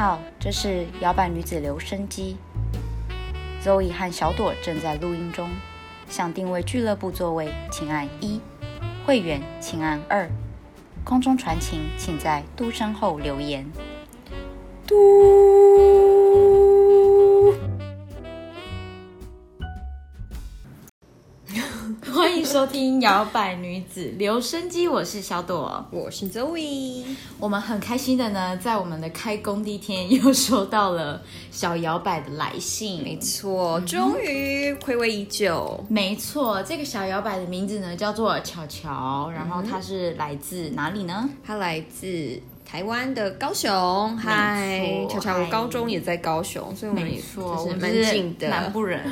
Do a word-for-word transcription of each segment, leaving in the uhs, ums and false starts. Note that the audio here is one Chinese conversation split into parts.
好，这是摇摆女子留声机 Zoe 和小朵正在录音中，想定位俱乐部座位请按一，会员请按二，空中传情请在嘟声后留言。嘟，欢迎收听摇摆女子留声机，我是小朵， 我是 Zoe。 我们很开心的呢，在我们的开工第一天又收到了小摇摆的来信。 没错，终于暌违已久。 没错，这个小摇摆的名字呢叫做巧巧，然后它是来自哪里呢？ 它来自台湾的高雄。嗨，巧巧，我高中也在高雄，所以我们也就是蛮近的， 南部人。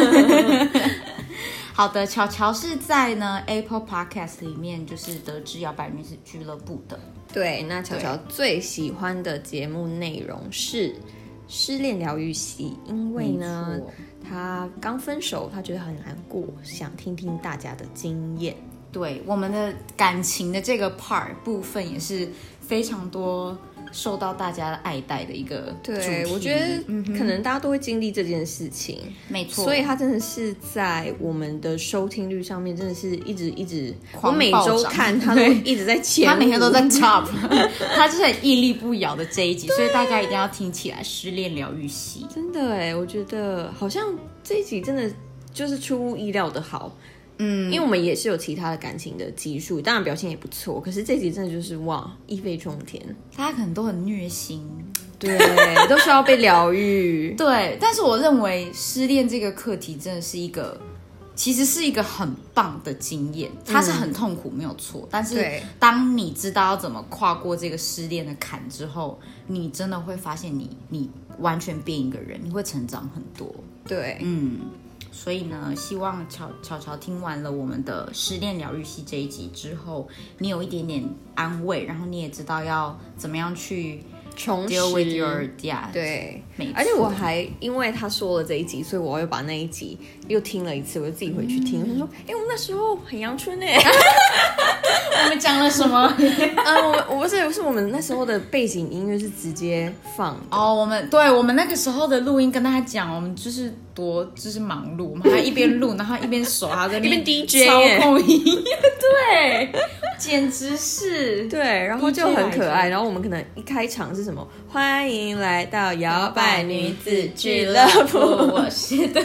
好的，巧巧是在呢 Apple Podcast 里面就是得知摇摆女子俱乐部的。 对，那巧巧最喜欢的节目内容是失恋疗愈系，因为呢她刚分手，她觉得很难过，想听听大家的经验。 对，我们的感情的这个 part 部分也是非常多受到大家的爱戴的一个主题。 对，我觉得可能大家都会经历这件事情， 没错。 所以它真的是在我们的收听率上面，真的是一直一直，我每周看它都一直在前五， 它每天都在 top， 它就是很屹立不摇的这一集，所以大家一定要听起来。失恋疗愈系， 真的哎，我觉得好像这一集真的就是出乎意料的好。嗯，因为我们也是有其他的感情的集数，当然表现也不错，可是这集真的就是哇，一飞冲天， 大家可能都很虐心， 对，都需要被疗愈。 对，但是我认为失恋这个课题真的是一个，其实是一个很棒的经验，它是很痛苦，嗯、没有错，但是当你知道要怎么跨过这个失恋的坎之后，你真的会发现你你完全变一个人，你会成长很多。 对， 嗯。所以呢，希望巧巧巧听完了我们的失恋疗愈系这一集之后，你有一点点安慰，然后你也知道要怎么样去重拾 deal with your yeah， 对，而且我还因为他说了这一集，所以我又把那一集又听了一次，我就自己回去听。他、嗯、说：“哎、欸，我那时候很阳春哎。” 我们讲了什么？ 呃，我我不是，是我们那时候的背景音乐是直接放的哦。我们对我们那个时候的录音，跟大家讲，我们就是多就是忙碌，我们还一边录，然后一边手还在那边 D J 操控音乐，对，简直是对，然后就很可爱。然后我们可能一开场是什么？欢迎来到摇摆女子俱乐部， 我是对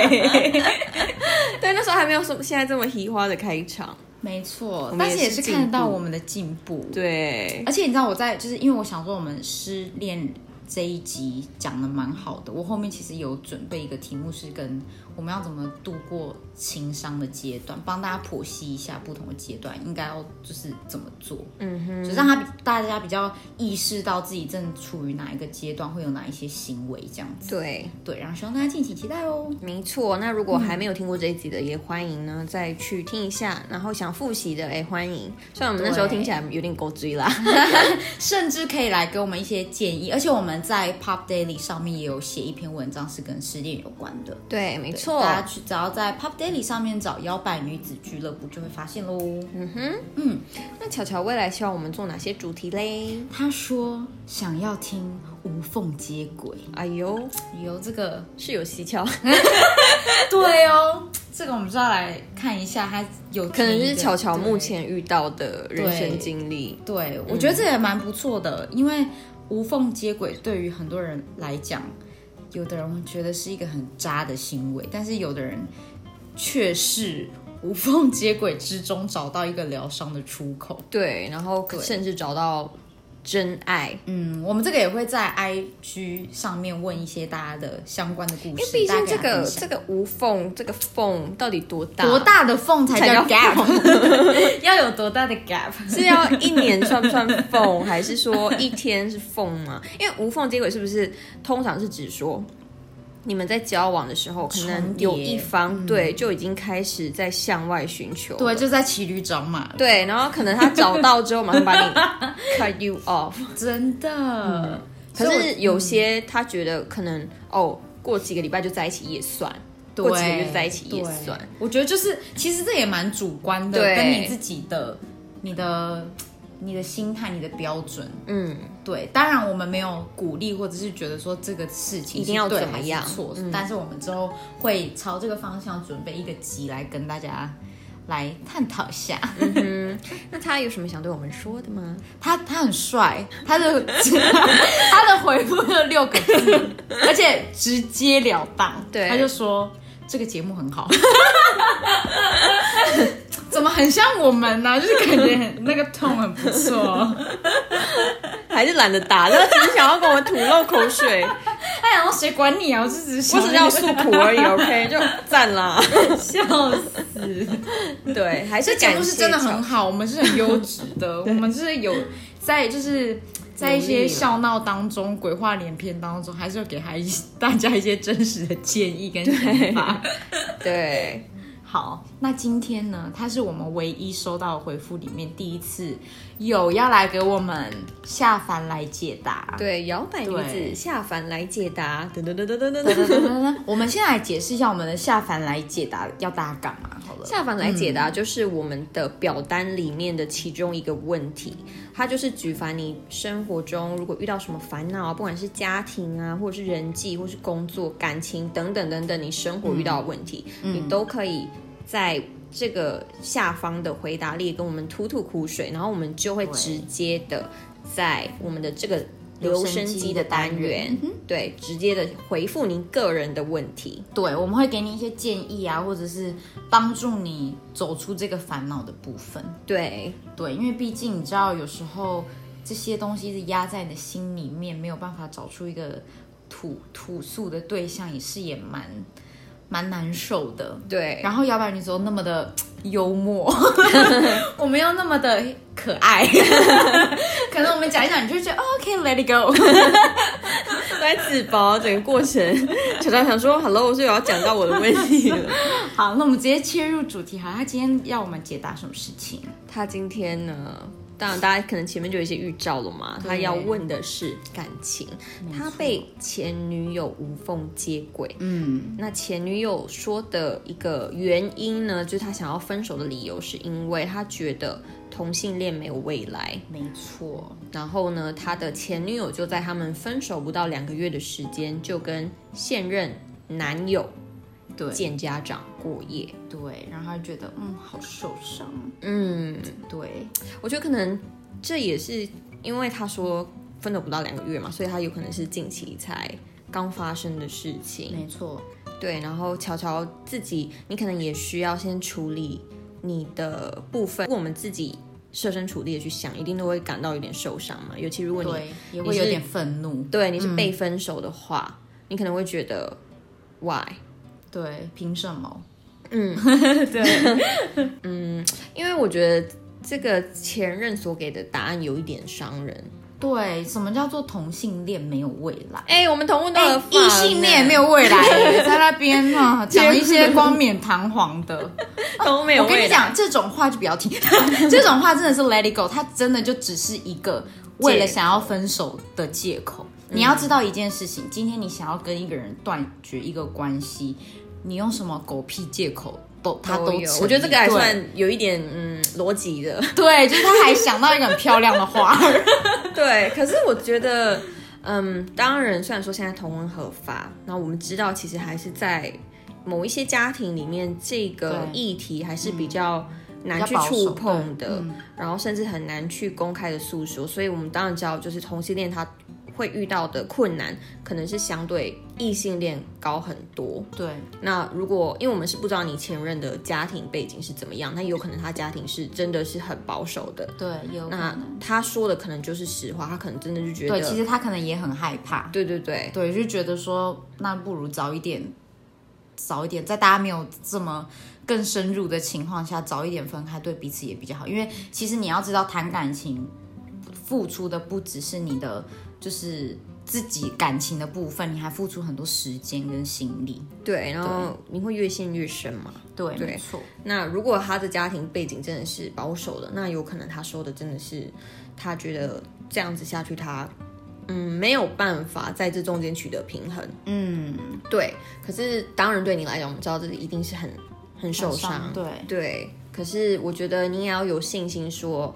对，那时候还没有什么现在这么嘻哈的开场。 没错，但是也是看得到我们的进步。 对， 而且你知道我在就是因为我想说我们失恋这一集讲的蛮好的，我后面其实有准备一个题目是跟我们要怎么度过情伤的阶段，帮大家剖析一下不同的阶段应该要就是怎么做，嗯哼，就让他大家比较意识到自己正处于哪一个阶段，会有哪一些行为这样子。 对对，然后希望大家敬请期待哦。 没错，那如果还没有听过这一集的，嗯、也欢迎呢再去听一下，然后想复习的，哎，欢迎。虽然我们那时候听起来有点狗追啦， 甚至可以来给我们一些建议，而且我们在 Pop Daily 上面也有写一篇文章是跟失恋有关的。 对，没错。 大家去只要在 Pop Daily 上面找摇摆女子俱乐部就会发现咯。 嗯哼，嗯，那巧巧未来希望我们做哪些主题嘞？ 他说想要听无缝接轨。 哎呦， 有这个是有蹊跷。 对哦，这个我们就要来看一下，他有可能是巧巧目前遇到的人生经历。 对，对我觉得这也蛮不错的，因为无缝接轨对于很多人来讲，有的人会觉得是一个很渣的行为，但是有的人却是无缝接轨之中找到一个疗伤的出口。 对，然后甚至找到真爱。 嗯，我们这个也会在 I G 上面问一些大家的相关的故事， 因为毕竟这个这个无缝这个缝到底多大？ 多大的缝才叫 gap？ 要有多大的 gap？ 是要一年算不算缝，还是说一天是缝吗？因为无缝接轨是不是通常是指说你们在交往的时候，可能有一方、嗯、对就已经开始在向外寻求， 对，就在骑驴找马， 对，然后可能他找到之后马上把你 cut you off， 真的、嗯。 可是有些他觉得可能、嗯、哦，过几个礼拜就在一起也算，过几个月在一起也算。 我觉得就是其实这也蛮主观的，跟你自己的、你的、你的心态、你的标准，嗯。 对，当然我们没有鼓励或者是觉得说这个事情一定要对怎么样还是错、 嗯、 但是我们之后会朝这个方向准备一个集来跟大家来探讨一下。 嗯哼，那他有什么想对我们说的吗？ 他他很帅，他的他的回复有六个字，而且直截了当。 对， 他就说这个节目很好。怎么很像我们呢、啊？就是感觉很那个 tone 很不错， 还是懒得打，他只是想要跟我吐露口水。 哎呀，谁管你啊？我是只是我只是要诉苦而已 ，OK， 就赞啦， 笑死。 对，还是这节目是真的很好，我们是很优质的，我们是有在就是在一些笑闹当中、鬼话连篇当中，还是有给他一大家一些真实的建议跟想法。 对。对， 好，那今天呢，他是我们唯一收到的回复里面第一次有要来给我们下凡来解答。 对，摇摆女子下凡来解答。噔噔噔噔噔噔噔噔噔。我们先来解释一下我们的下凡来解答要大家干嘛好了。 下凡来解答就是我们的表单里面的其中一个问题，它就是举凡你生活中如果遇到什么烦恼啊，不管是家庭啊，或者是人际，或是工作、感情等等等等，你生活遇到的问题，嗯、你都可以在这个下方的回答列跟我们吐吐苦水，然后我们就会直接的在我们的这个留声机的单元，对，直接的回复您个人的问题。 对，我们会给你一些建议啊，或者是帮助你走出这个烦恼的部分。 对对，因为毕竟你知道，有时候这些东西是压在你的心里面，没有办法找出一个吐吐诉的对象，也是也蛮蛮难受的。 对， 然后摇摆女子又那么的幽默，我们又那么的可爱，可能我们讲一讲，你就觉得、哦、OK，let、okay, it go， 都在自爆整个过程。小张想说 ，Hello， 我是有要讲到我的问题了。 好，那我们直接切入主题。好，他今天要我们解答什么事情？ 他今天呢？当然，大家可能前面就有一些预兆了嘛。他要问的是感情，他被前女友无缝接轨。嗯，那前女友说的一个原因呢，就是他想要分手的理由，是因为他觉得同性恋没有未来。 没错。 然后呢，他的前女友就在他们分手不到两个月的时间，就跟现任男友对见家长过夜。 对，然后他觉得嗯好受伤。 嗯， 对， 我觉得可能这也是因为他说分了不到两个月嘛，所以他有可能是近期才刚发生的事情。 没错。 对，然后乔乔自己，你可能也需要先处理你的部分。如果我们自己设身处地的去想，一定都会感到有点受伤嘛。尤其如果你对也会有点愤怒， 对，你是被分手的话，嗯、你可能会觉得 why？ 对，凭什么？ 嗯， 对， 嗯，因为我觉得这个前任所给的答案有一点伤人。 对，什么叫做同性恋没有未来？ 哎、欸，我们同婚都合法， 异性恋没有未来，在那边啊讲一些冠冕堂皇的都没有未来。 我跟你讲，这种话就不要听，这种话真的是 let it go， 它真的就只是一个为了想要分手的借口。你要知道一件事情，今天你想要跟一个人断绝一个关系，你用什么狗屁借口都他都有。 我觉得这个还算有一点嗯逻辑的。 对，就是他还想到一个很漂亮的话。 对，可是我觉得，嗯，当然，虽然说现在同婚合法，然后我们知道，其实还是在某一些家庭里面，这个议题还是比较难去触碰的，嗯、然后甚至很难去公开的诉说。所以我们当然知道，就是同性恋他会遇到的困难，可能是相对异性恋高很多。 对， 那如果因为我们是不知道你前任的家庭背景是怎么样，那有可能他家庭是真的是很保守的。 对，有可能。 那他说的可能就是实话，他可能真的就觉得， 对，其实他可能也很害怕。 对对对， 对，就觉得说，那不如早一点，早一点，在大家没有这么更深入的情况下，早一点分开，对彼此也比较好。因为其实你要知道，谈感情付出的不只是你的。就是自己感情的部分，你还付出很多时间跟心力。 对，然后你会越陷越深嘛。 对，对没错。 那如果他的家庭背景真的是保守的，那有可能他说的真的是他觉得这样子下去他，嗯没有办法在这中间取得平衡。嗯，对。可是当然对你来讲，我们知道这一定是很很受伤。 对对。可是我觉得你也要有信心说，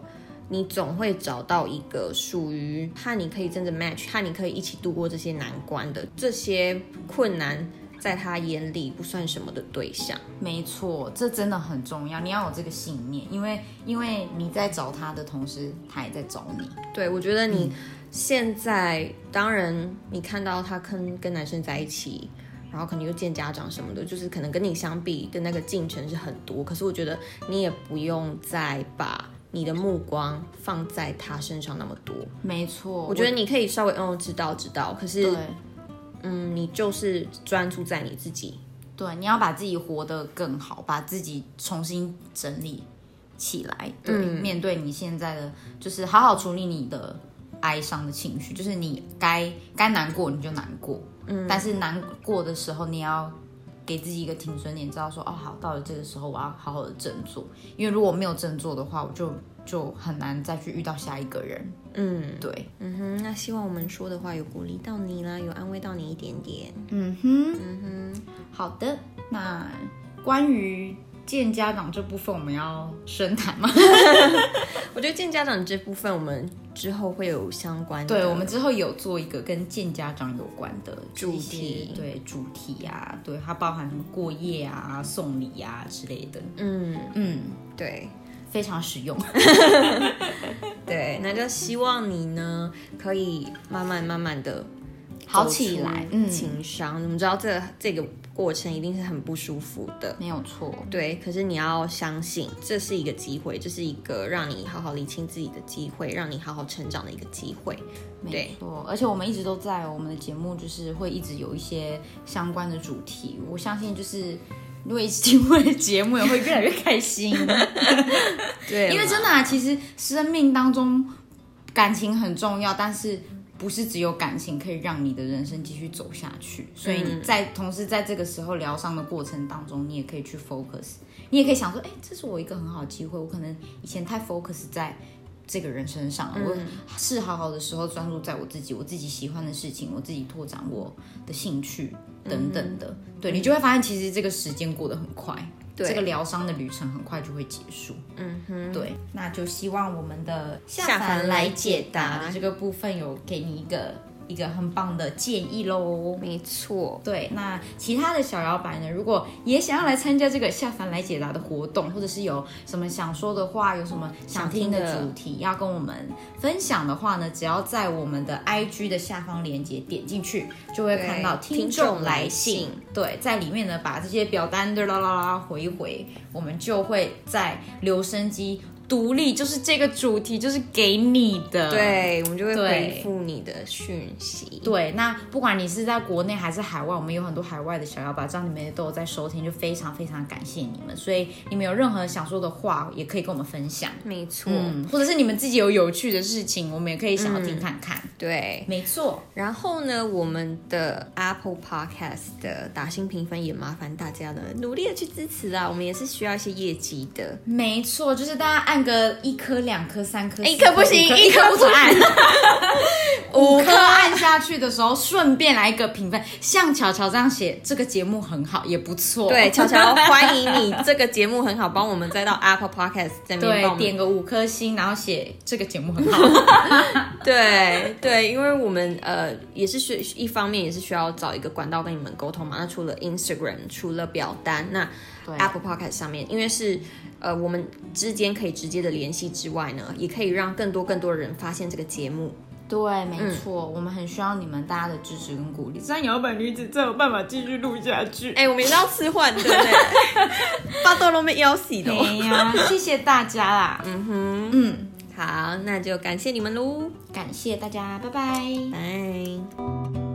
你总会找到一个属于和你可以真的 match， 和你可以一起度过这些难关的，这些困难在他眼里不算什么的对象。 没错，这真的很重要，你要有这个信念，因为因为你在找他的同时，他也在找你。 对，我觉得你现在、嗯、当然你看到他跟跟男生在一起，然后可能又见家长什么的，就是可能跟你相比的那个进程是很多，可是我觉得你也不用再把你的目光放在他身上那么多。 没错， 我觉得你可以稍微嗯知道知道，可是对嗯，你就是专注在你自己。 对，你要把自己活得更好，把自己重新整理起来。对、嗯，面对你现在的，就是好好处理你的哀伤的情绪，就是你该该难过你就难过，嗯，但是难过的时候你要给自己一个停损点，知道说哦，好，到了这个时候我要好好的振作，因为如果没有振作的话，我就就很难再去遇到下一个人。嗯，对， 嗯哼，那希望我们说的话有鼓励到你啦，有安慰到你一点点。 嗯哼，嗯哼，好的。那关于见家长这部分，我们要深谈吗？ 我觉得见家长这部分，我们之后会有相关的。 对，我们之后有做一个跟见家长有关的主题， 对主题啊，对，它包含什么过夜啊、送礼啊之类的。 嗯嗯，对。 非常实用。 对，那就希望你呢可以慢慢慢慢的好起来， 情商。我们知道这这个过程一定是很不舒服的， 没有错。 对，可是你要相信，这是一个机会，这是一个让你好好理清自己的機會，让你好好成长的一个机会。 没错，而且我们一直都在我们的节目，就是会一直有一些相关的主题。我相信就是。如果一起听我的节目，也会越来越开心。对，因为真的啊，其实生命当中感情很重要，但是不是只有感情可以让你的人生继续走下去。所以你在、嗯、同时在这个时候疗伤的过程当中，你也可以去 focus， 你也可以想说，哎，这是我一个很好的机会。我可能以前太 focus 在这个人身上了，嗯、我是好好的时候专注在我自己，我自己喜欢的事情，我自己拓展我的兴趣。等等的，对，你就会发现其实这个时间过得很快，对，这个疗伤的旅程很快就会结束。嗯哼，对，那就希望我们的下凡来解答的这个部分有给你一个一个很棒的建议咯。 没错， 对，那其他的小摇摆呢，如果也想要来参加这个下凡来解答的活动，或者是有什么想说的话，有什么想听的主题要跟我们分享的话呢，只要在我们的 I G 的下方链接点进去，就会看到听众来信。对，在里面呢把这些表单啦啦啦回一回，我们就会在留声机独立，就是这个主题就是给你的， 对，我们就会回复你的讯息。 对，那不管你是在国内还是海外，我们有很多海外的小摇摆，这样你们也都有在收听，就非常非常感谢你们。所以你们有任何想说的话，也可以跟我们分享。 没错、 嗯，或者是你们自己有有趣的事情，我们也可以想要听看看。嗯、 对， 没错。 然后呢，我们的 Apple Podcast 的打星评分也麻烦大家呢努力的去支持啊，我们也是需要一些业绩的。 没错，就是大家按个一颗、两颗、三颗， 一颗不行， 一颗不准按， 五颗按下去的时候，顺便来一个评分，像巧巧这样写，这个节目很好，也不错。 对，巧巧欢迎你，这个节目很好，帮我们再到 Apple Podcast 这边对点个五颗星，然后写这个节目很好。 对对，因为我们呃也是需一方面也是需要找一个管道跟你们沟通嘛。那除了 Instagram， 除了表单，那 Apple Podcast 上面，因为是呃我们之间可以直接的联系之外呢，也可以让更多更多的人发现这个节目。 对，没错、嗯，我们很需要你们大家的支持跟鼓励，这样摇摆女子才有办法继续录下去。 哎、欸，我们也是要吃饭的呢，巴豆都没要死的。 哎呀，谢谢大家啦。 嗯哼，嗯，好，那就感谢你们喽， 感谢大家，拜拜， 拜。